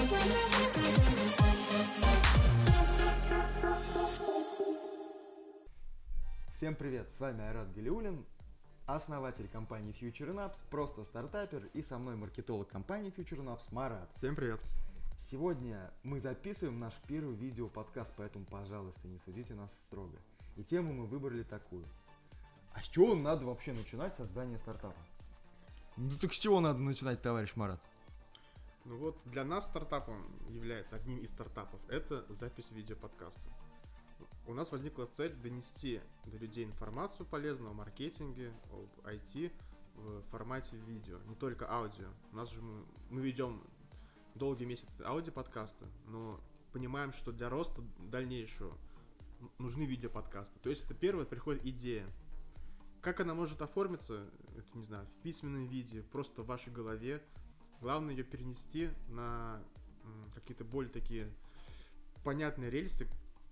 Всем привет, с вами Айрат Галиуллин, основатель компании FutureNaps, просто стартапер, и со мной маркетолог компании FutureNaps Марат. Всем привет. Сегодня мы записываем наш первый видео-подкаст, поэтому, пожалуйста, не судите нас строго. И тему мы выбрали такую. А с чего надо вообще начинать создание стартапа? Ну так с чего надо начинать, товарищ Марат? Ну вот для нас стартапом является одним из стартапов. Это запись видеоподкаста. У нас возникла цель донести до людей информацию полезную о маркетинге, об IT в формате видео, не только аудио. У нас же мы ведем долгие месяцы аудиоподкаста, но понимаем, что для роста дальнейшего нужны видеоподкасты. То есть это первое, приходит идея. Как она может оформиться, это не знаю, в письменном виде, просто в вашей голове. Главное ее перенести на какие-то более такие понятные рельсы,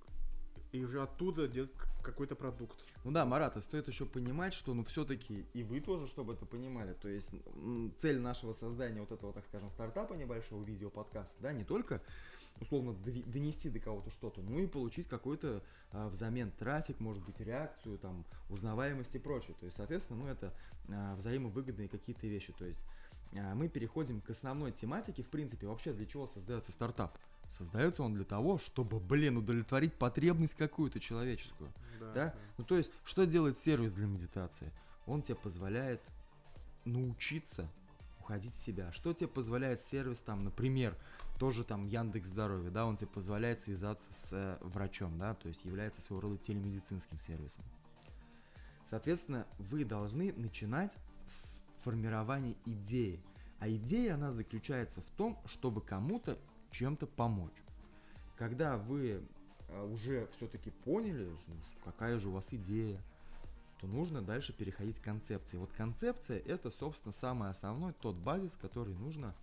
и уже оттуда делать какой-то продукт. Ну да, Марат, и стоит еще понимать, что все-таки и вы тоже, чтобы это понимали, то есть цель нашего создания вот этого, так скажем, стартапа небольшого видеоподкаста, да, не только условно донести до кого-то что-то, но и получить какой-то взамен трафик, может быть, реакцию, там, узнаваемость и прочее. То есть, соответственно, это взаимовыгодные какие-то вещи. То есть мы переходим к основной тематике, в принципе, вообще для чего создается стартап. Создается он для того, чтобы, удовлетворить потребность какую-то человеческую. Да? Ну, то есть, что делает сервис для медитации? Он тебе позволяет научиться уходить в себя. Что тебе позволяет сервис, там, например, тоже там Яндекс.Здоровье, да, он тебе позволяет связаться с врачом, да, то есть является своего рода телемедицинским сервисом. Соответственно, вы должны начинать с формирования идеи. А идея, она заключается в том, чтобы кому-то чем-то помочь. Когда вы уже все-таки поняли, какая же у вас идея, то нужно дальше переходить к концепции. Вот концепция — это, собственно, самый основной, тот базис, который нужно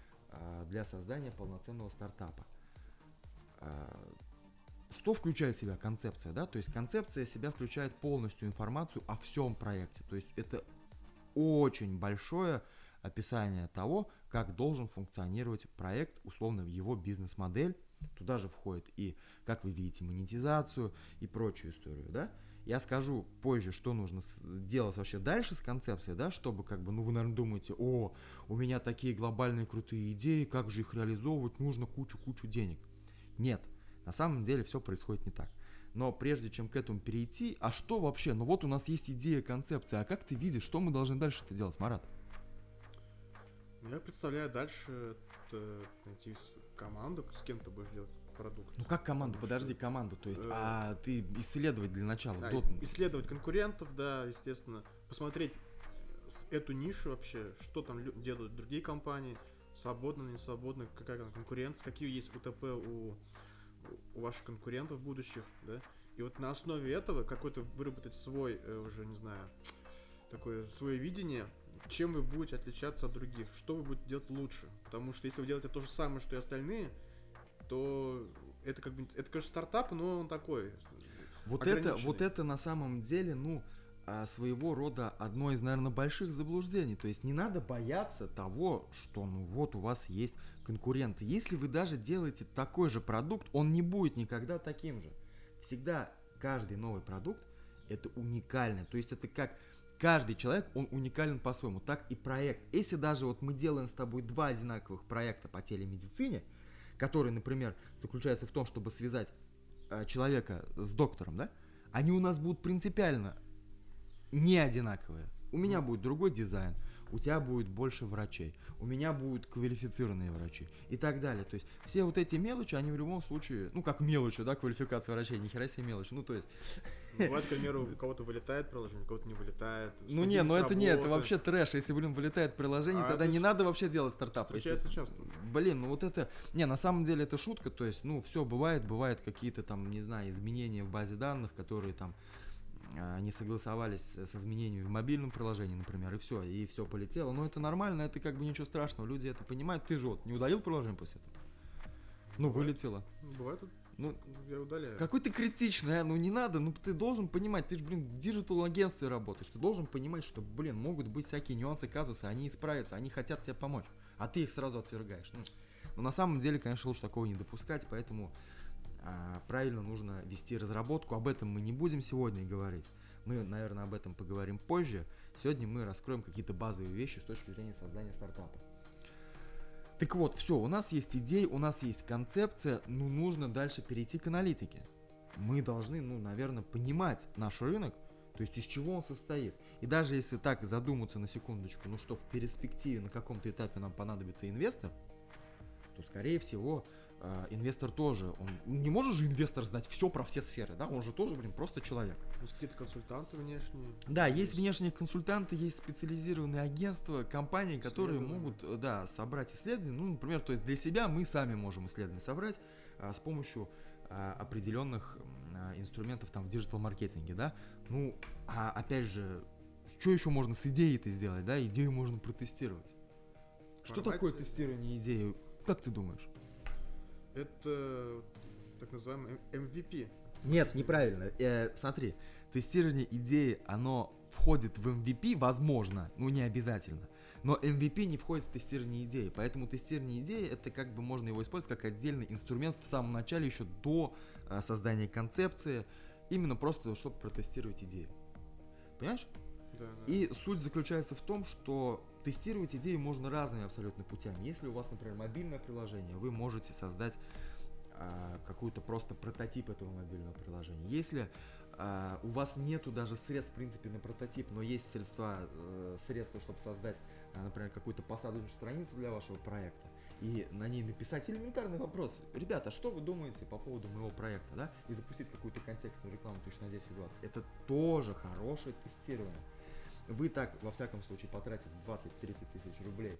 для создания полноценного стартапа. Что включает в себя концепция? Да? То есть концепция в себя включает полностью информацию о всем проекте. То есть это очень большое описание того, как должен функционировать проект, условно, в его бизнес-модель. Туда же входит и, как вы видите, монетизацию и прочую историю, да. Я скажу позже, что нужно делать вообще дальше с концепцией, да, чтобы, вы, наверное, думаете, у меня такие глобальные крутые идеи, как же их реализовывать, нужно кучу денег. Нет, на самом деле все происходит не так. Но прежде чем к этому перейти, а что вообще? Ну вот у нас есть идея, концепция, а как ты видишь, что мы должны дальше-то делать, Марат? Я представляю дальше найти команду, с кем ты будешь делать продукт. Ну как команду? Подожди, команду, то есть, ты исследовать для начала. Да, исследовать конкурентов, да, естественно, посмотреть эту нишу вообще, что там делают другие компании, свободно, не свободно, какая там конкуренция, какие есть УТП у ваших конкурентов будущих, да, и вот на основе этого какой-то выработать свой, уже, не знаю, такое свое видение, чем вы будете отличаться от других, что вы будете делать лучше. Потому что если вы делаете то же самое, что и остальные, то это это, конечно, стартап, но он такой. Вот это на самом деле, своего рода одно из, наверное, больших заблуждений. То есть не надо бояться того, что у вас есть конкуренты. Если вы даже делаете такой же продукт, он не будет никогда таким же. Всегда каждый новый продукт — это уникальный. То есть это как каждый человек, он уникален по-своему. Так и проект. Если даже мы делаем с тобой 2 одинаковых проекта по телемедицине, которые, например, заключаются в том, чтобы связать человека с доктором, да, они у нас будут принципиально не одинаковые. У меня будет другой дизайн, у тебя будет больше врачей, у меня будут квалифицированные врачи и так далее. То есть все вот эти мелочи, они в любом случае, как мелочи, да, квалификация врачей, ни хера себе мелочи, то есть... Бывает, к примеру, у кого-то вылетает приложение, у кого-то не вылетает. Это вообще трэш. Если, вылетает приложение, тогда не надо вообще делать стартап. Встречается часто. На самом деле это шутка, то есть, все бывает какие-то там, не знаю, изменения в базе данных, которые там не согласовались с изменениями в мобильном приложении, например, и все полетело. Но это нормально, это ничего страшного, люди это понимают. Ты же не удалил приложение после этого? Вылетело. Бывает, я удаляю. Какой ты критичный, не надо, ты должен понимать, ты же, в диджитал-агентстве работаешь, ты должен понимать, что, могут быть всякие нюансы, казусы, они исправятся, они хотят тебе помочь. а ты их сразу отвергаешь. Ну, но на самом деле, конечно, лучше такого не допускать, поэтому правильно нужно вести разработку. Об этом мы не будем сегодня говорить. Мы, наверное, об этом поговорим позже. Сегодня мы раскроем какие-то базовые вещи с точки зрения создания стартапа. Так вот, все, у нас есть идеи, у нас есть концепция, но нужно дальше перейти к аналитике. Мы должны, наверное, понимать наш рынок, то есть из чего он состоит. И даже если так задуматься на секундочку, что в перспективе на каком-то этапе нам понадобится инвестор, то, скорее всего, инвестор тоже, он не может же инвестор знать все про все сферы, да, он же тоже, просто человек. Есть какие-то консультанты внешние. Да, есть внешние консультанты, есть специализированные агентства, компании, которые могут, собрать исследования, например, то есть для себя мы сами можем исследования собрать с помощью определенных инструментов там в диджитал-маркетинге, да, опять же, что еще можно с идеей-то сделать, да, идею можно протестировать. Что такое тестирование идеи, как ты думаешь? Это так называемый MVP. Нет, неправильно. Смотри, тестирование идеи, оно входит в MVP, возможно, не обязательно. Но MVP не входит в тестирование идеи. Поэтому тестирование идеи, это можно его использовать как отдельный инструмент в самом начале, еще до создания концепции, именно просто, чтобы протестировать идею. Понимаешь? Да. И суть заключается в том, что тестировать идеи можно разными абсолютно путями. Если у вас, например, мобильное приложение, вы можете создать какой-то просто прототип этого мобильного приложения. Если у вас нету даже средств, в принципе, на прототип, но есть средства, чтобы создать, например, какую-то посадочную страницу для вашего проекта, и на ней написать элементарный вопрос: ребята, что вы думаете по поводу моего проекта, да, и запустить какую-то контекстную рекламу точно на 10 ситуаций. Это тоже хорошее тестирование. Вы так, во всяком случае, потратив 20-30 тысяч рублей,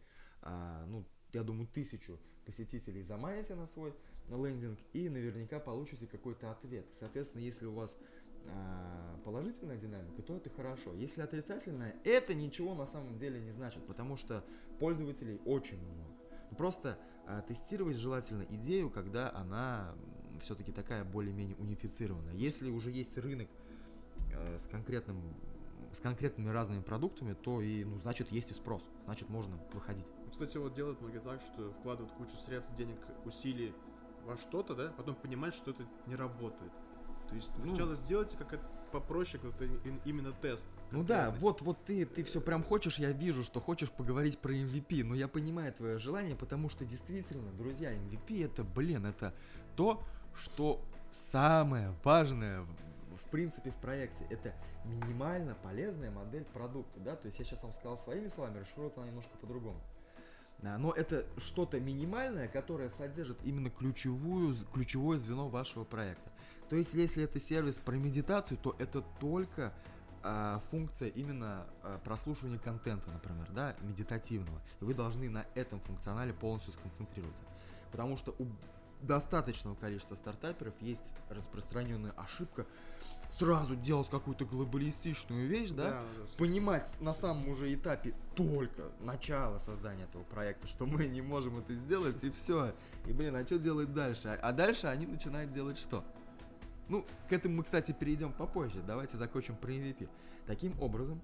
я думаю, 1000 посетителей заманите на свой лендинг, и наверняка получите какой-то ответ. Соответственно, если у вас положительная динамика, то это хорошо. Если отрицательная, это ничего на самом деле не значит, потому что пользователей очень много. Просто тестировать желательно идею, когда она все-таки такая более-менее унифицированная. Если уже есть рынок с конкретными разными продуктами, то и, значит, есть и спрос, значит, можно выходить. Кстати, делают многие так, что вкладывают кучу средств, денег, усилий во что-то, да, потом понимают, что это не работает. То есть сначала сделайте как-то попроще, как именно тест. Вот ты все прям хочешь, я вижу, что хочешь поговорить про MVP, но я понимаю твое желание, потому что действительно, друзья, MVP это то, что самое важное в принципе в проекте. Это минимально полезная модель продукта, да, то есть я сейчас вам сказал своими словами, расшифровывать она немножко по-другому. Но это что-то минимальное, которое содержит именно ключевое звено вашего проекта. То есть, если это сервис про медитацию, то это только функция именно прослушивания контента, например, да, медитативного. И вы должны на этом функционале полностью сконцентрироваться. Потому что у достаточного количества стартаперов есть распространенная ошибка сразу делать какую-то глобалистичную вещь, да, понимать на самом уже этапе только начало создания этого проекта, что мы не можем это сделать, и все. И, а что делать дальше? А дальше они начинают делать что? К этому мы, кстати, перейдем попозже. Давайте закончим про MVP. Таким образом,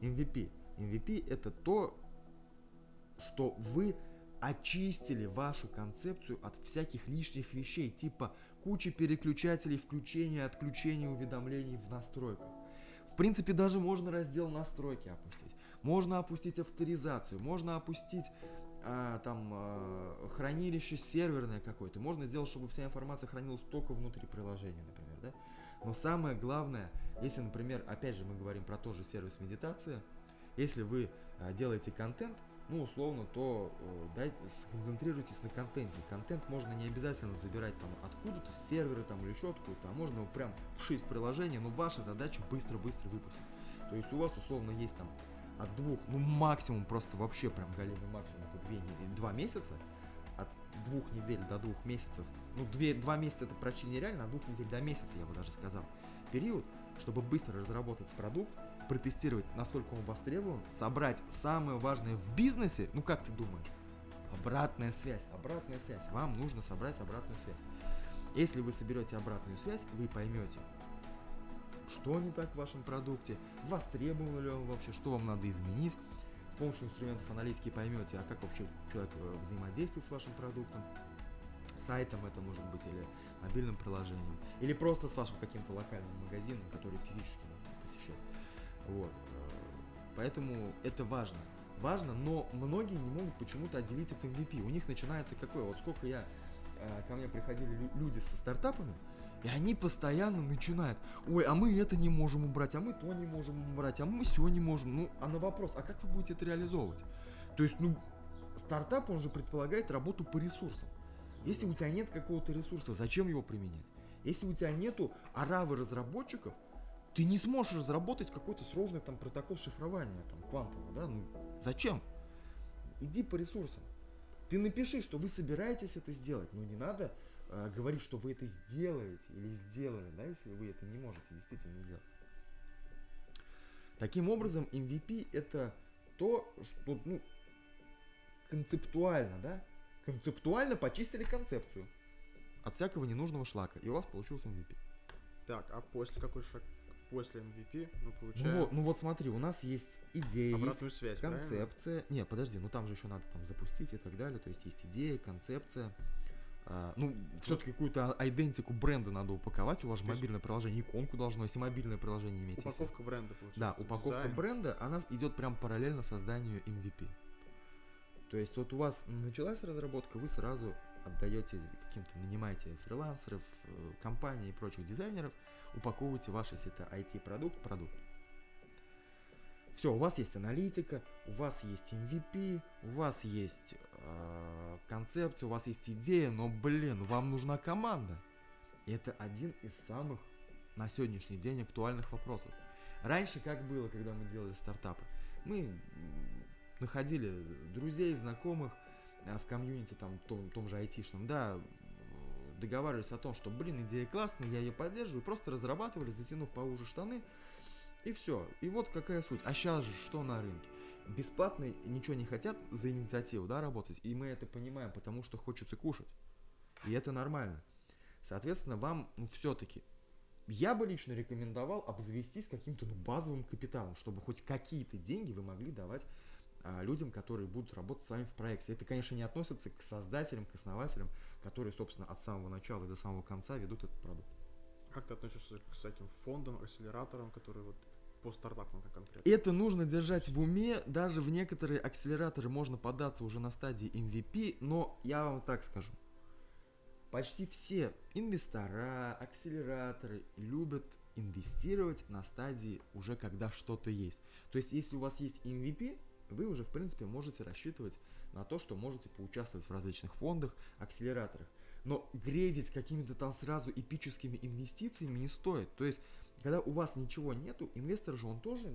MVP это то, что вы очистили вашу концепцию от всяких лишних вещей, типа кучи переключателей, включения, отключения уведомлений в настройках. В принципе, даже можно раздел настройки опустить. Можно опустить авторизацию, можно опустить хранилище серверное какое-то. Можно сделать, чтобы вся информация хранилась только внутри приложения, например, да? Но самое главное, если, например, опять же мы говорим про тот же сервис медитации, если вы делаете контент, условно, то сконцентрируйтесь на контенте. Контент можно не обязательно забирать откуда-то, с сервера или еще откуда-то, а можно его прям вшить в приложение, но ваша задача быстро-быстро выпустить. То есть у вас условно есть от 2, максимум, просто вообще прям галимый максимум, это 2 месяца, от 2 недель до 2 месяцев, 2 месяца это почти нереально, от 2 недель до месяца, я бы даже сказал, период, чтобы быстро разработать продукт, протестировать, насколько он востребован, собрать самое важное в бизнесе, как ты думаешь? Обратная связь. Вам нужно собрать обратную связь. Если вы соберете обратную связь, вы поймете, что не так в вашем продукте, востребован ли он вообще, что вам надо изменить, помощью инструментов аналитики поймете, а как вообще человек взаимодействует с вашим продуктом, сайтом это может быть, или мобильным приложением, или просто с вашим каким-то локальным магазином, который физически нужно посещать. Вот. Поэтому это важно. Важно, но многие не могут почему-то отделить от MVP. У них начинается какое? Вот сколько ко мне приходили люди со стартапами, и они постоянно начинают: ой, а мы это не можем убрать, а мы то не можем убрать, а мы все не можем. Ну, а на вопрос, а как вы будете это реализовывать? То есть, стартап, он же предполагает работу по ресурсам. Если у тебя нет какого-то ресурса, зачем его применять? Если у тебя нету оравы разработчиков, ты не сможешь разработать какой-то сложный там протокол шифрования, там, квантового, да? Ну, зачем? Иди по ресурсам. Ты напиши, что вы собираетесь это сделать, но не надо говорить, что вы это сделаете или сделали, да, если вы это не можете действительно сделать. Таким образом, MVP это то, что, концептуально, да? Концептуально почистили концепцию от всякого ненужного шлака, и у вас получился MVP. Так, а после какой шаг? После MVP мы получаем... Ну вот смотри, у нас есть идея, обратную есть связь, концепция. Не, подожди, там же еще надо запустить и так далее. То есть есть идея, концепция. Все-таки какую-то айдентику бренда надо упаковать. У вас же мобильное приложение, иконку должно, если мобильное приложение имеется. Упаковка бренда получается. Да, упаковка дизайн. бренда, она идет прям параллельно созданию MVP. То есть вот у вас началась разработка, вы сразу отдаете каким-то, нанимаете фрилансеров, компаний и прочих дизайнеров, упаковываете ваш, если это IT-продукт. Все, у вас есть аналитика, у вас есть MVP, у вас есть концепция, у вас есть идея, но, вам нужна команда. И это один из самых на сегодняшний день актуальных вопросов. Раньше как было, когда мы делали стартапы? Мы находили друзей, знакомых в комьюнити, том же айтишном, да, договаривались о том, что, идея классная, я ее поддерживаю, просто разрабатывали, затянув поуже штаны, и все. И вот какая суть. А сейчас же что на рынке? Бесплатно ничего не хотят за инициативу, да, работать, и мы это понимаем, потому что хочется кушать. И это нормально. Соответственно, вам, все-таки, я бы лично рекомендовал обзавестись каким-то базовым капиталом, чтобы хоть какие-то деньги вы могли давать людям, которые будут работать с вами в проекте. Это, конечно, не относится к создателям, к основателям, которые, собственно, от самого начала и до самого конца ведут этот продукт. Как ты относишься к этим фондам, акселераторам, которые вот по стартапам конкретно? Это нужно держать в уме. Даже в некоторые акселераторы можно податься уже на стадии MVP, но я вам так скажу. Почти все инвестора, акселераторы любят инвестировать на стадии уже когда что-то есть. То есть, если у вас есть MVP, вы уже, в принципе, можете рассчитывать на то, что можете поучаствовать в различных фондах, акселераторах. Но грезить какими-то там сразу эпическими инвестициями не стоит. То есть, когда у вас ничего нету, инвестор же он тоже,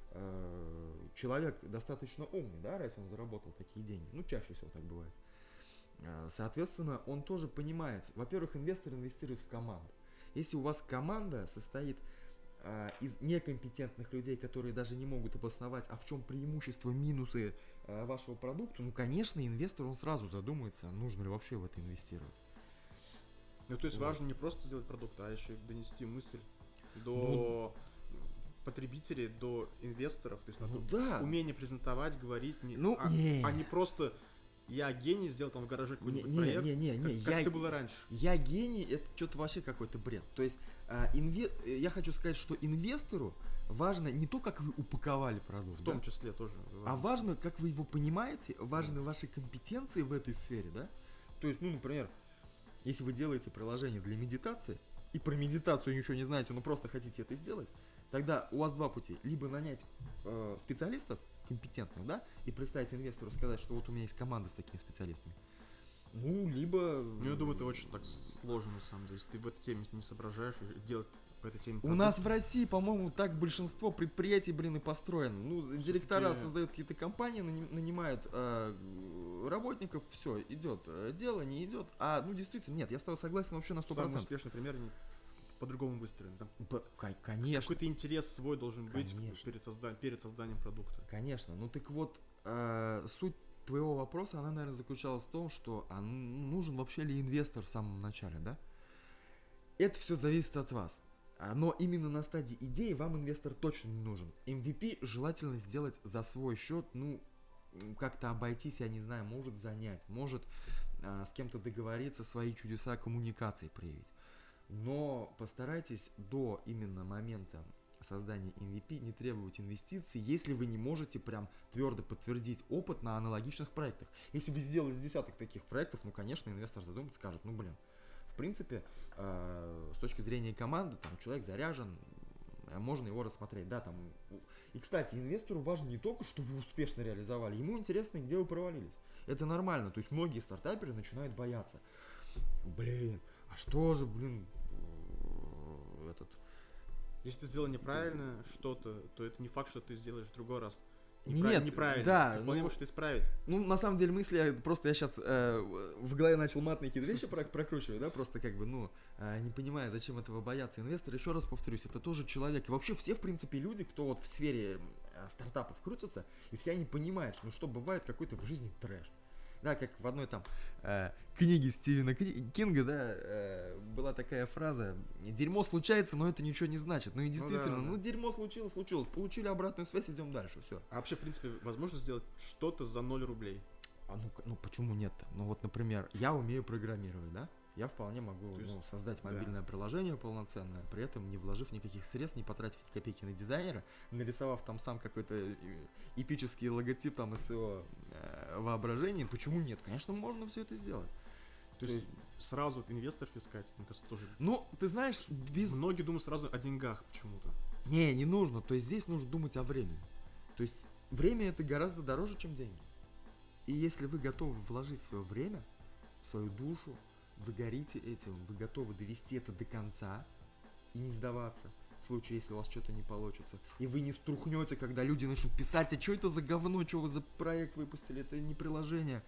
человек достаточно умный, да, раз он заработал такие деньги. Чаще всего так бывает. Соответственно, он тоже понимает. Во-первых, инвестор инвестирует в команду. Если у вас команда состоит из некомпетентных людей, которые даже не могут обосновать, а в чем преимущества, минусы вашего продукта, конечно, инвестор, он сразу задумается, нужно ли вообще в это инвестировать. То есть важно не просто сделать продукт, а еще и донести мысль до потребителей, до инвесторов. То есть умение презентовать, говорить, а не просто я гений, сделал там в гараже какой-нибудь проект. Как это было раньше? Я гений, это что-то вообще какой-то бред. То есть я хочу сказать, что инвестору важно не то, как вы упаковали продукт, в том числе тоже. А важно, как вы его понимаете, важны ваши компетенции в этой сфере, да? То есть, например, если вы делаете приложение для медитации, и про медитацию ничего не знаете, но просто хотите это сделать, тогда у вас два пути. Либо нанять специалистов компетентных, да, и представить инвестору, сказать, что вот у меня есть команда с такими специалистами. Либо... я думаю, это очень так сложно, на самом деле. Если ты в этой теме не соображаешь, делать по этой теме... У нас в России, по-моему, так большинство предприятий, и построено. Директора создают какие-то компании, нанимают работников, все, идет. Дело не идет. Действительно, нет, я с тобой согласен вообще на 100%. Самый успешный пример по-другому выстроен, да? Конечно. Какой-то интерес свой должен быть перед созданием продукта. Конечно. Так вот, суть твоего вопроса, она, наверное, заключалась в том, что нужен вообще ли инвестор в самом начале, да? Это все зависит от вас. Но именно на стадии идеи вам инвестор точно не нужен. MVP желательно сделать за свой счет, ну, как-то обойтись, я не знаю, может занять, может с кем-то договориться, свои чудеса коммуникации проявить. Но постарайтесь до именно момента создания MVP не требовать инвестиций, если вы не можете прям твердо подтвердить опыт на аналогичных проектах. Если вы сделали с десяток таких проектов, ну, конечно, инвестор задумается, скажет, ну, блин, в принципе, с точки зрения команды, там, человек заряжен, можно его рассмотреть, да, там. И, кстати, инвестору важно не только, что вы успешно реализовали, ему интересно, где вы провалились. Это нормально, то есть многие стартаперы начинают бояться. Блин, а что же, блин, Если ты сделал неправильно что-то, то это не факт, что ты сделаешь в другой раз Нет, неправильно. да, Ты вполне ну, можешь это исправить. Ну, на самом деле, мысли, просто я сейчас в голове начал матные какие-то вещи прокручивать, да, просто как бы, ну, не понимая, зачем этого бояться. Инвестор, еще раз повторюсь, это тоже человек. И вообще все, в принципе, люди, кто вот в сфере стартапов крутятся, и все они понимают, что, ну, что бывает какой-то в жизни трэш. Да, как в одной там книге Стивена Кинга, да, была такая фраза: дерьмо случается, но это ничего не значит. Ну и действительно, ну дерьмо случилось, получили обратную связь, идем дальше, все. А вообще, в принципе, возможно сделать что-то за 0 рублей? Ну почему нет-то? Ну вот, например, я умею программировать, да? Я вполне могу создать мобильное приложение полноценное, при этом не вложив никаких средств, не потратив копейки на дизайнера, нарисовав там сам какой-то эпический логотип там из своего воображения. Почему нет? Конечно, можно все это сделать. То есть сразу вот инвесторов искать, мне кажется, тоже... Ну, ты знаешь, Многие думают сразу о деньгах почему-то. Не нужно. То есть здесь нужно думать о времени. То есть время это гораздо дороже, чем деньги. И если вы готовы вложить свое время, свою душу, вы горите этим, вы готовы довести это до конца и не сдаваться в случае, если у вас что-то не получится. И вы не струхнете, когда люди начнут писать: а что это за говно, что вы за проект выпустили, это не приложение.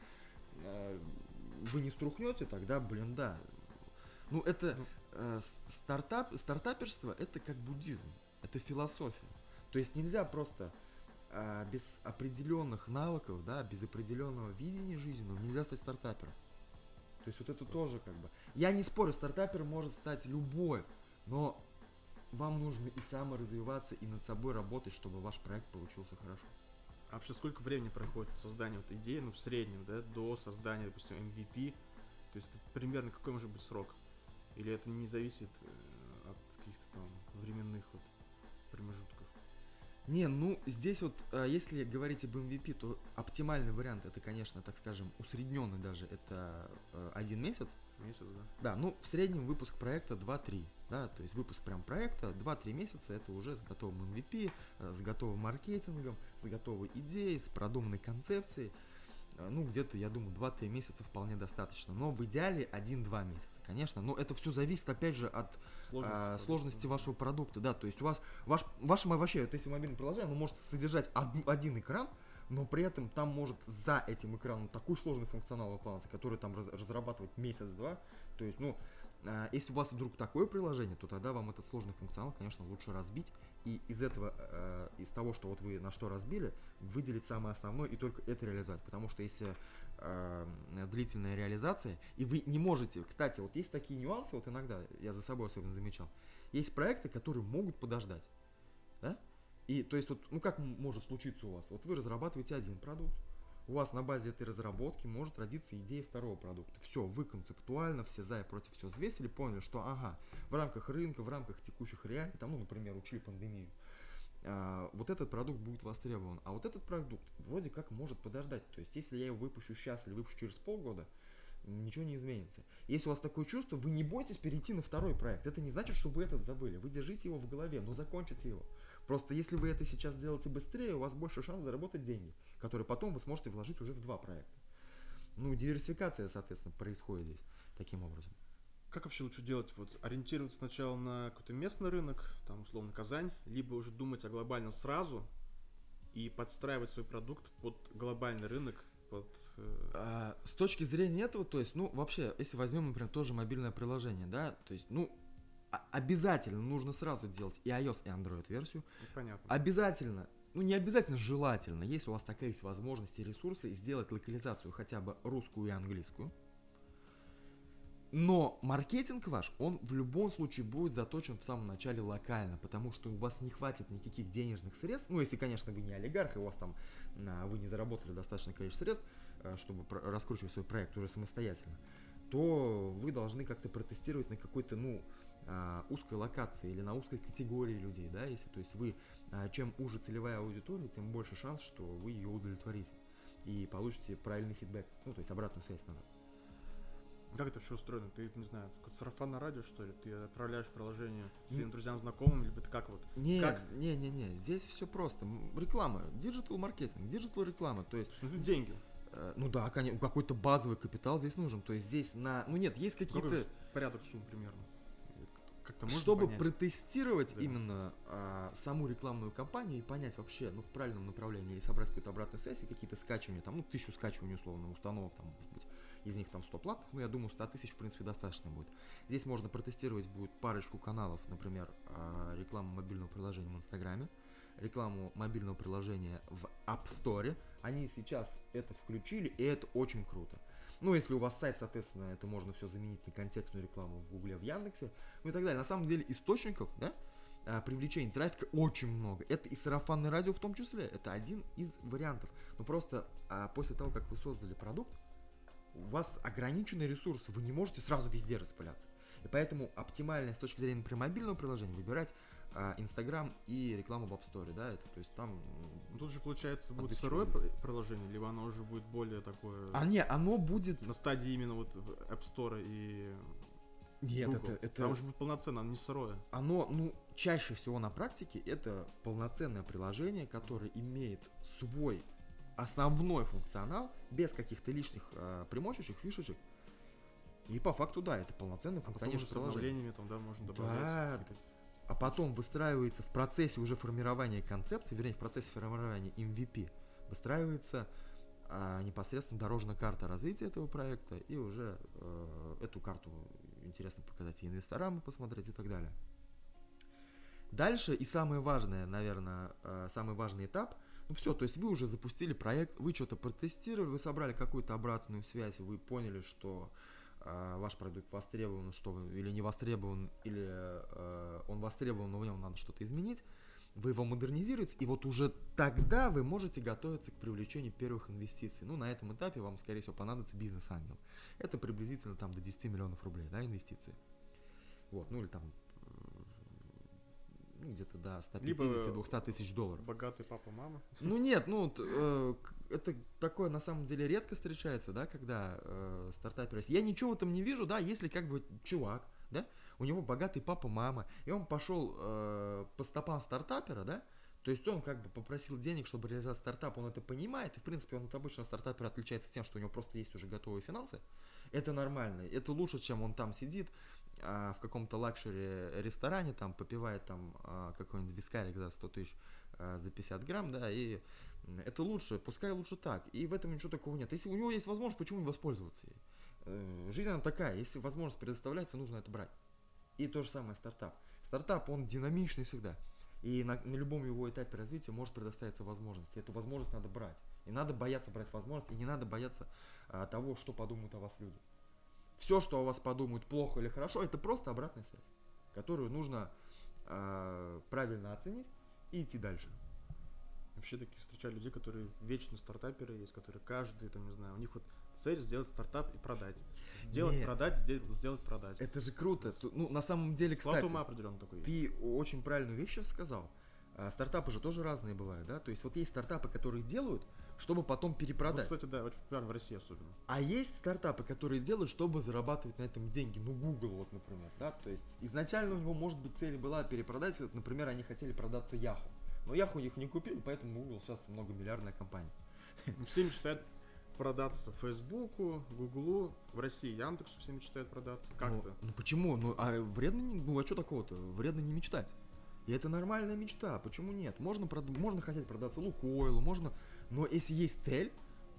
Вы не струхнете, тогда, блин, да. Ну, это стартаперство, это как буддизм, это философия. То есть нельзя просто без определенных навыков, да, без определенного видения жизненного нельзя стать стартапером. То есть вот это тоже как бы... Я не спорю, стартапером может стать любой, но вам нужно и саморазвиваться, и над собой работать, чтобы ваш проект получился хорошо. А вообще сколько времени проходит создание вот идеи, ну в среднем, да, до создания, допустим, MVP? То есть примерно какой может быть срок? Или это не зависит от каких-то там временных вот промежутков? Не, ну здесь вот, если говорить об MVP, то оптимальный вариант это, конечно, так скажем, усредненный даже, это 1 месяц. Месяц, да? Да, ну в среднем выпуск проекта 2-3, да, то есть выпуск прям проекта 2-3 месяца, это уже с готовым MVP, с готовым маркетингом, с готовой идеей, с продуманной концепцией. Ну, где-то, я думаю, 2-3 месяца вполне достаточно, но в идеале 1-2 месяца, конечно, но это все зависит, опять же, от сложности вашего продукта, да, то есть у вас, ваше вообще, вот если мобильное приложение, оно может содержать один экран, но при этом там может за этим экраном такой сложный функционал выполняться, который там разрабатывать месяц-два, то есть, ну, если у вас вдруг такое приложение, то тогда вам этот сложный функционал, конечно, лучше разбить, и из этого, из того, что вот вы на что разбили, выделить самое основное и только это реализовать, потому что если длительная реализация, и вы не можете, кстати, вот есть такие нюансы, вот иногда, я за собой особенно замечал, есть проекты, которые могут подождать, да, и то есть вот, ну как может случиться у вас, вот вы разрабатываете один продукт, у вас на базе этой разработки может родиться идея второго продукта. Все, вы концептуально, все за и против все взвесили, поняли, что ага, в рамках рынка, в рамках текущих реалий, там, ну, например, учили пандемию, вот этот продукт будет востребован, а вот этот продукт вроде как может подождать. То есть, если я его выпущу сейчас или выпущу через полгода, ничего не изменится. Если у вас такое чувство, вы не бойтесь перейти на второй проект. Это не значит, что вы этот забыли. Вы держите его в голове, но закончите его. Просто если вы это сейчас сделаете быстрее, у вас больше шанс заработать деньги, которые потом вы сможете вложить уже в 2 проекта. Ну, диверсификация, соответственно, происходит здесь таким образом. Как вообще лучше делать? Вот ориентироваться сначала на какой-то местный рынок, там условно Казань, либо уже думать о глобальном сразу и подстраивать свой продукт под глобальный рынок, С точки зрения этого, то есть, ну, вообще, если возьмем, например, тоже мобильное приложение, да, то есть, ну, обязательно нужно сразу делать и iOS, и Android версию. Понятно. Обязательно, ну не обязательно, желательно, если у вас такая есть возможность и ресурсы, сделать локализацию хотя бы русскую и английскую. Но маркетинг ваш, он в любом случае будет заточен в самом начале локально, потому что у вас не хватит никаких денежных средств, ну, если, конечно, вы не олигарх, и у вас там, вы не заработали достаточное количество средств, чтобы раскручивать свой проект уже самостоятельно, то вы должны как-то протестировать на какой-то, узкой локации или на узкой категории людей, да, если, то есть вы, чем уже целевая аудитория, тем больше шанс, что вы ее удовлетворите и получите правильный фидбэк, ну, то есть обратную связь назад. Как это вообще устроено? Ты, не знаю, сарафанное радио, что ли? Ты отправляешь приложение своим друзьям, знакомым, либо ты как вот? Не, здесь все просто. Реклама, диджитал маркетинг, диджитал реклама, то есть... Нужны деньги. Ну да, конечно, какой-то базовый капитал здесь нужен, то есть здесь есть какие-то... Какой порядок сумм примерно? Как-то можно Чтобы понять? протестировать Да. именно саму рекламную кампанию и понять вообще, в правильном направлении, или собрать какую-то обратную связь и какие-то скачивания, 1000 скачиваний условно установок, там, может быть, из них там 100 платных, я думаю, 100 тысяч в принципе достаточно будет. Здесь можно протестировать будет парочку каналов, например, рекламу мобильного приложения в Инстаграме, рекламу мобильного приложения в App Store. Они сейчас это включили, и это очень круто. Если у вас сайт, соответственно, это можно все заменить на контекстную рекламу в Гугле, в Яндексе, и так далее. На самом деле источников, привлечения трафика очень много. Это и сарафанное радио в том числе. Это один из вариантов. Но просто после того, как вы создали продукт, у вас ограниченный ресурс, вы не можете сразу везде распыляться. И поэтому оптимально с точки зрения, например, мобильного приложения выбирать Инстаграм и рекламу в App Store, да, это, то есть там... Тут же, получается, будет отзывчивое. сырое приложение, либо оно уже будет более такое... оно будет... На стадии именно вот в App Store и... Нет, Google. это... Там уже будет полноценно, оно не сырое. Оно, чаще всего на практике это полноценное приложение, которое имеет свой основной функционал, без каких-то лишних примочечек, фишечек. И по факту, да, это полноценное А потом уже функционирующее с приложение. обновлениями там, да, можно добавлять какие-то... А потом выстраивается в процессе уже формирования концепции, вернее, в процессе формирования MVP, выстраивается непосредственно дорожная карта развития этого проекта, и уже эту карту интересно показать и инвесторам, посмотреть и так далее. Дальше, и самое важное, наверное, самый важный этап, все, то есть вы уже запустили проект, вы что-то протестировали, вы собрали какую-то обратную связь, вы поняли, что ваш продукт востребован, или не востребован, или он востребован, но в нем надо что-то изменить, вы его модернизируете, и вот уже тогда вы можете готовиться к привлечению первых инвестиций. На этом этапе вам, скорее всего, понадобится бизнес-ангел. Это приблизительно там до 10 миллионов рублей, да, инвестиции. Вот, или там где-то до 150-200 тысяч долларов. Богатый папа, мама. Нет, это такое на самом деле редко встречается, да, когда стартаперы. Я ничего в этом не вижу, да, если как бы чувак, да, у него богатый папа, мама, и он пошел по стопам стартапера, да, то есть он как бы попросил денег, чтобы реализовать стартап, он это понимает, и в принципе он от обычного стартапера отличается тем, что у него просто есть уже готовые финансы. Это нормально, это лучше, чем он там сидит в каком-то лакшери ресторане, там попивает там какой-нибудь вискарик за 100 тысяч за 50 грамм, да, и это лучше, пускай лучше так, и в этом ничего такого нет. Если у него есть возможность, почему не воспользоваться ей? Жизнь она такая, если возможность предоставляется, нужно это брать. И то же самое стартап. Стартап, он динамичный всегда, и на любом его этапе развития может предоставиться возможность. Эту возможность надо брать. И надо бояться брать возможность, и не надо бояться того, что подумают о вас люди. Все, что о вас подумают плохо или хорошо, это просто обратная связь, которую нужно правильно оценить и идти дальше. Вообще таких встречаю людей, которые вечно стартаперы есть, которые каждый, там, не знаю, у них вот цель сделать стартап и продать. Сделать, продать. Это же круто. На самом деле, Склад кстати, ума определенно такой есть. ты очень правильную вещь сейчас сказал. Стартапы же тоже разные бывают, да? То есть вот есть стартапы, которые делают, чтобы потом перепродать. Вот, кстати, да, очень популярно в России особенно. А есть стартапы, которые делают, чтобы зарабатывать на этом деньги. Google, вот, например, да? То есть изначально у него, может быть, цель была перепродать. Вот, например, они хотели продаться Yahoo. Но Yahoo их не купил, поэтому Google сейчас многомиллиардная компания. Все мечтают продаться Фейсбуку, Гуглу, в России Яндексу все мечтают продаться. Как-то. Почему? А что такого-то? Вредно не мечтать. И это нормальная мечта, почему нет? Можно хотеть продаться Лукойлу, можно, но если есть цель,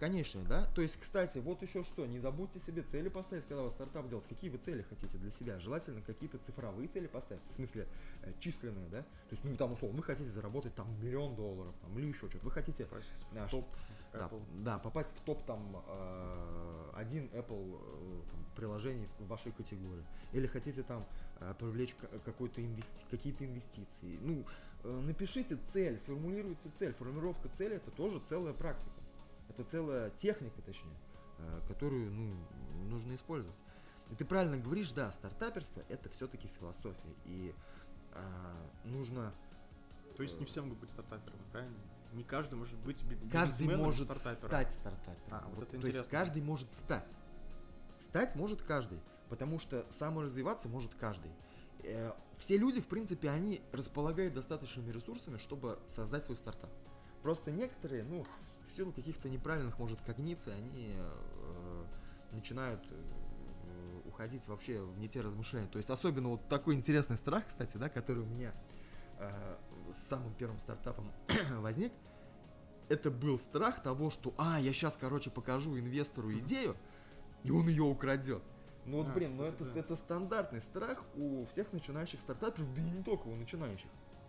Конечно, да. То есть, кстати, вот еще что, не забудьте себе цели поставить, когда вы стартап делаете. Какие вы цели хотите для себя? Желательно какие-то цифровые цели поставить, в смысле численные, да. То есть, ну там условно, вы хотите заработать там $1 000 000 там, или еще что-то. Вы хотите топ да, Apple. да, попасть в топ там один Apple там, приложений в вашей категории. Или хотите там привлечь какие-то инвестиции. Ну, напишите цель, сформулируйте цель. Формулировка цели это тоже целая практика. Это целая техника, точнее, которую нужно использовать. И ты правильно говоришь, да, стартаперство это все-таки философия. И нужно... То есть не все могут быть стартаперами, правильно? Не каждый может быть Каждый может стартапером. Стать стартапером. Вот это то есть интересно. каждый может стать. Стать может каждый, потому что саморазвиваться может каждый. Все люди, в принципе, они располагают достаточными ресурсами, чтобы создать свой стартап. Просто некоторые, в силу каких-то неправильных, может, когниций, они начинают уходить вообще в не те размышления. То есть особенно вот такой интересный страх, кстати, да, который у меня с самым первым стартапом возник. Это был страх того, что я сейчас, покажу инвестору идею, и он ее украдет. Это стандартный страх у всех начинающих стартаперов, да и не только у начинающих.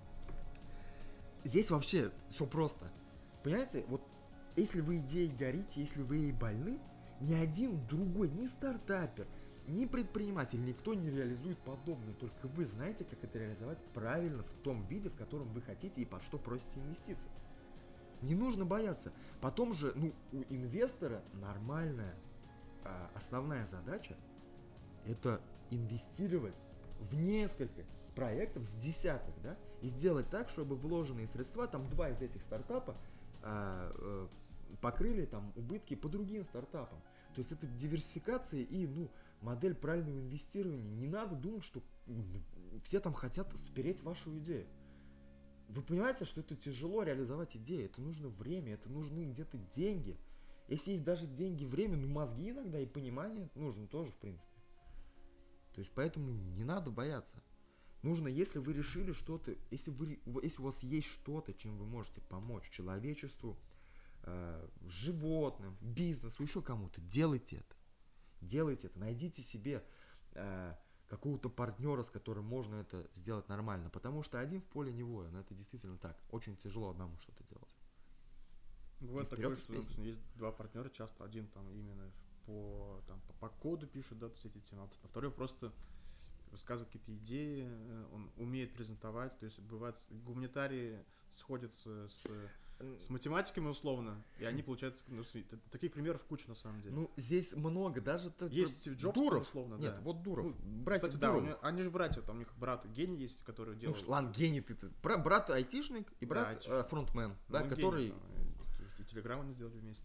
Здесь вообще все просто. Понимаете, вот если вы идеей горите, если вы ей больны, ни один другой, ни стартапер, ни предприниматель, никто не реализует подобное. Только вы знаете, как это реализовать правильно в том виде, в котором вы хотите и под что просите инвестиции. Не нужно бояться. Потом же, у инвестора нормальная основная задача это инвестировать в несколько проектов с десяток, да, и сделать так, чтобы вложенные средства, там 2 из этих стартапа покрыли там убытки по другим стартапам. То есть это диверсификация и, модель правильного инвестирования. Не надо думать, что все там хотят спереть вашу идею. Вы понимаете, что это тяжело реализовать идею, это нужно время, это нужны где-то деньги. Если есть даже деньги, время, мозги иногда и понимание нужно тоже, в принципе. То есть поэтому не надо бояться. Нужно, если вы решили что-то, если у вас есть что-то, чем вы можете помочь человечеству, животным, бизнесу, еще кому-то, делайте это. Делайте это. Найдите себе какого-то партнера, с которым можно это сделать нормально. Потому что один в поле не воин. Это действительно так. Очень тяжело одному что-то делать. Бывает такое, что, допустим, есть 2 партнера, часто один там именно по коду пишет, да, все эти темы, а второй просто высказывает какие-то идеи, он умеет презентовать, то есть бывает гуманитарии сходятся с математиками условно, и они получаются, таких примеров куча на самом деле. Здесь много, даже есть Джобс, Дуров, условно, нет, да. вот Дуров, братья кстати, Дуров. Да, они же братья, там у них брат гений есть, который делает. Ладно, гений ты. Брат айтишник и брат фронтмен, да, который... Гений, и Телеграм они сделали вместе.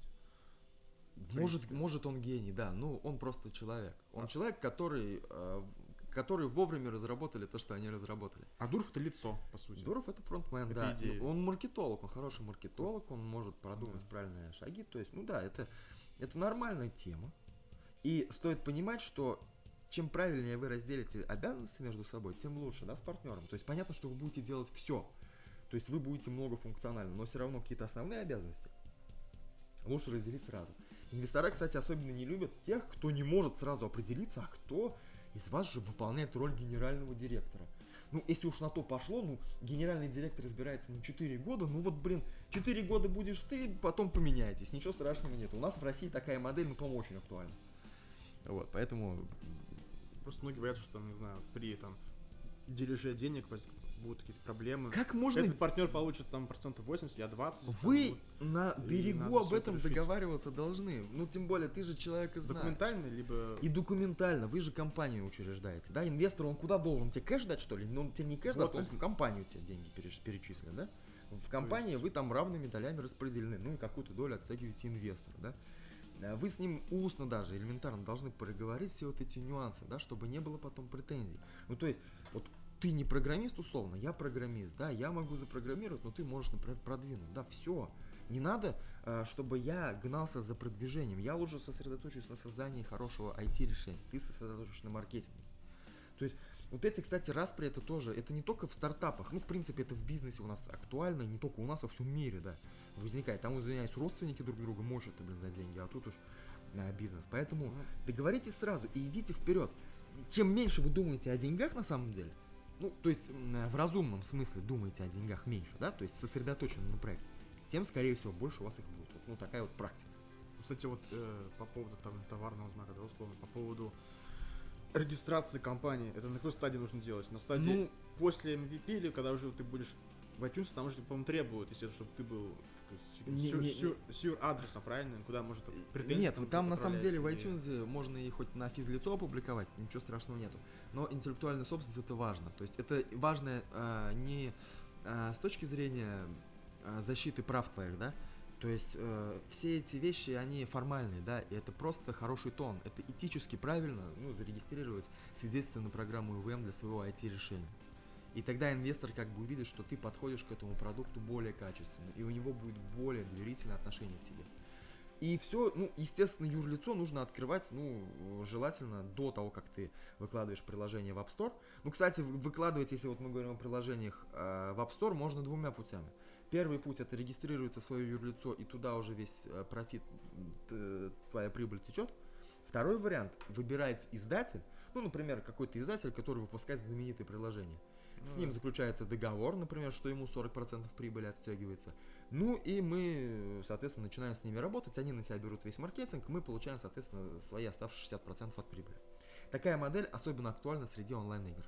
Может он гений, да, он просто человек. Он человек, который вовремя разработали то, что они разработали. А Дуров это лицо, по сути. Дуров это фронтмен, это да. Идея. Он маркетолог, он хороший маркетолог, он может продумать правильные шаги. То есть, это нормальная тема. И стоит понимать, что чем правильнее вы разделите обязанности между собой, тем лучше, да, с партнером. То есть понятно, что вы будете делать все. То есть вы будете многофункциональны, но все равно какие-то основные обязанности лучше разделить сразу. Инвестора, кстати, особенно не любят тех, кто не может сразу определиться, а кто из вас же выполняет роль генерального директора. Если уж на то пошло, генеральный директор избирается на 4 года, 4 года будешь ты, потом поменяетесь, ничего страшного нет. У нас в России такая модель, по-моему, очень актуальна. Вот, поэтому... Просто многие боятся, что, не знаю, при дележе денег будут какие-то проблемы. Как можно... Этот партнер получит там 80%, я 20%. Вы на берегу об этом договариваться должны. Тем более, ты же человека знаешь. Документально, либо... И документально. Вы же компанию учреждаете, да? Инвестор, он куда должен? Тебе кэш дать, что ли? Он тебе не кэш даст, он в компанию тебе деньги перечислит, да? В компании вы там равными долями распределены. И какую-то долю отстегиваете инвестору, да? Вы с ним устно даже, элементарно должны проговорить все вот эти нюансы, да, чтобы не было потом претензий. То есть, ты не программист условно, я программист, да, я могу запрограммировать, но ты можешь, например, продвинуть, да, все. Не надо, чтобы я гнался за продвижением, я лучше сосредоточусь на создании хорошего IT-решения, ты сосредоточишься на маркетинге. То есть, Вот эти, кстати, распри это тоже, это не только в стартапах, ну, в принципе, это в бизнесе у нас актуально, и не только у нас, а во всем мире, да, возникает. Там, извиняюсь, родственники друг друга мочат, блин, за деньги, а тут уж бизнес. Поэтому договоритесь сразу и идите вперед. Чем меньше вы думаете о деньгах на самом деле, ну, то есть в разумном смысле думаете о деньгах меньше, да, то есть сосредоточены на проекте, тем, скорее всего, больше у вас их будет. Вот, ну, такая вот практика. Кстати, вот по поводу там товарного знака, да, условно, по поводу регистрации компании, это на какой стадии нужно делать? На стадии после MVP или когда уже ты будешь в iTunes, там уже, по-моему, требуют, естественно, чтобы ты был сюр адресом, правильно? Куда может претензии? Нет, там на самом деле в iTunes можно и хоть на физлицо опубликовать, ничего страшного нету. Но интеллектуальная собственность это важно. То есть это важно не с точки зрения защиты прав твоих, да? То есть все эти вещи, они формальные, да, и это просто хороший тон. Это этически правильно, ну, зарегистрировать свидетельство на программу ИВМ для своего IT-решения. И тогда инвестор как бы увидит, что ты подходишь к этому продукту более качественно, и у него будет более доверительное отношение к тебе. И все, ну, естественно, юрлицо нужно открывать, ну, желательно до того, как ты выкладываешь приложение в App Store. Ну, кстати, выкладывать, если вот мы говорим о приложениях в App Store, можно двумя путями. Первый путь — это регистрируется свое юрлицо, и туда уже весь профит, твоя прибыль течет. Второй вариант — выбирается издатель, ну, например, какой-то издатель, который выпускает знаменитые приложения. С ним заключается договор, например, что ему 40% прибыли отстегивается. Ну и мы, соответственно, начинаем с ними работать, они на себя берут весь маркетинг, мы получаем, соответственно, свои оставшиеся 60% от прибыли. Такая модель особенно актуальна среди онлайн-игр.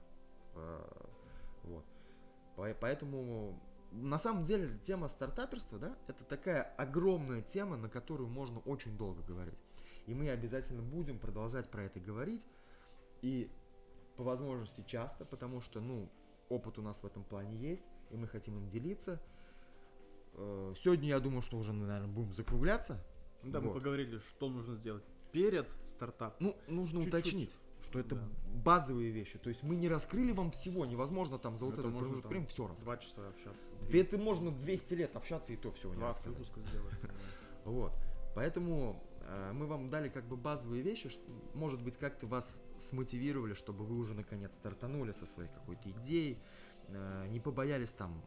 Вот. Поэтому, на самом деле, тема стартаперства, да, это такая огромная тема, на которую можно очень долго говорить. И мы обязательно будем продолжать про это говорить, и по возможности часто, потому что, ну, опыт у нас в этом плане есть, и мы хотим им делиться. Сегодня, я думаю, что уже, наверное, будем закругляться. Да, вот. Мы поговорили, что нужно сделать перед стартапом. Ну, нужно чуть-чуть уточнить, что это базовые вещи. То есть мы не раскрыли вам всего, невозможно там за вот этот промежуток времени все рассказать. 2 часа общаться. Да это можно 200 лет общаться, и то всего не рассказать. 20 выпусков сделать. Вот. Поэтому мы вам дали как бы базовые вещи, может быть, как-то вас смотивировали, чтобы вы уже наконец стартанули со своей какой-то идеей, не побоялись там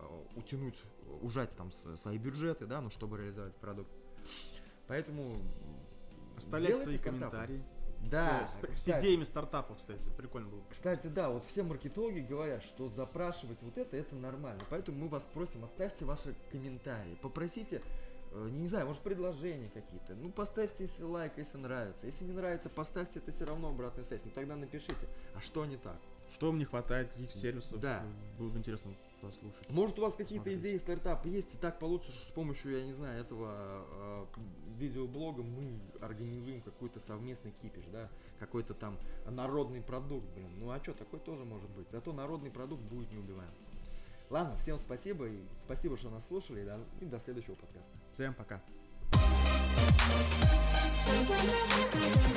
ужать там свои бюджеты, да, ну, чтобы реализовать продукт. Поэтому оставляйте свои комментарии. Да, с идеями стартапов, кстати, прикольно было. Кстати, да, вот все маркетологи говорят, что запрашивать вот это нормально. Поэтому мы вас просим, оставьте ваши комментарии, попросите, не знаю, может, предложения какие-то. Ну, поставьте, если лайк, если нравится. Если не нравится, поставьте, это все равно обратная связь. Ну, тогда напишите, а что не так? Что вам не хватает, каких сервисов? Да. Было бы интересно послушать. Может, у вас какие-то идеи стартапа есть, и так получится, что с помощью, я не знаю, этого видеоблога мы организуем какой-то совместный кипиш, да, какой-то там народный продукт, блин. Ну, а что, такой тоже может быть. Зато народный продукт будет неубиваем. Ладно, всем спасибо, и спасибо, что нас слушали, и до следующего подкаста. Всем пока.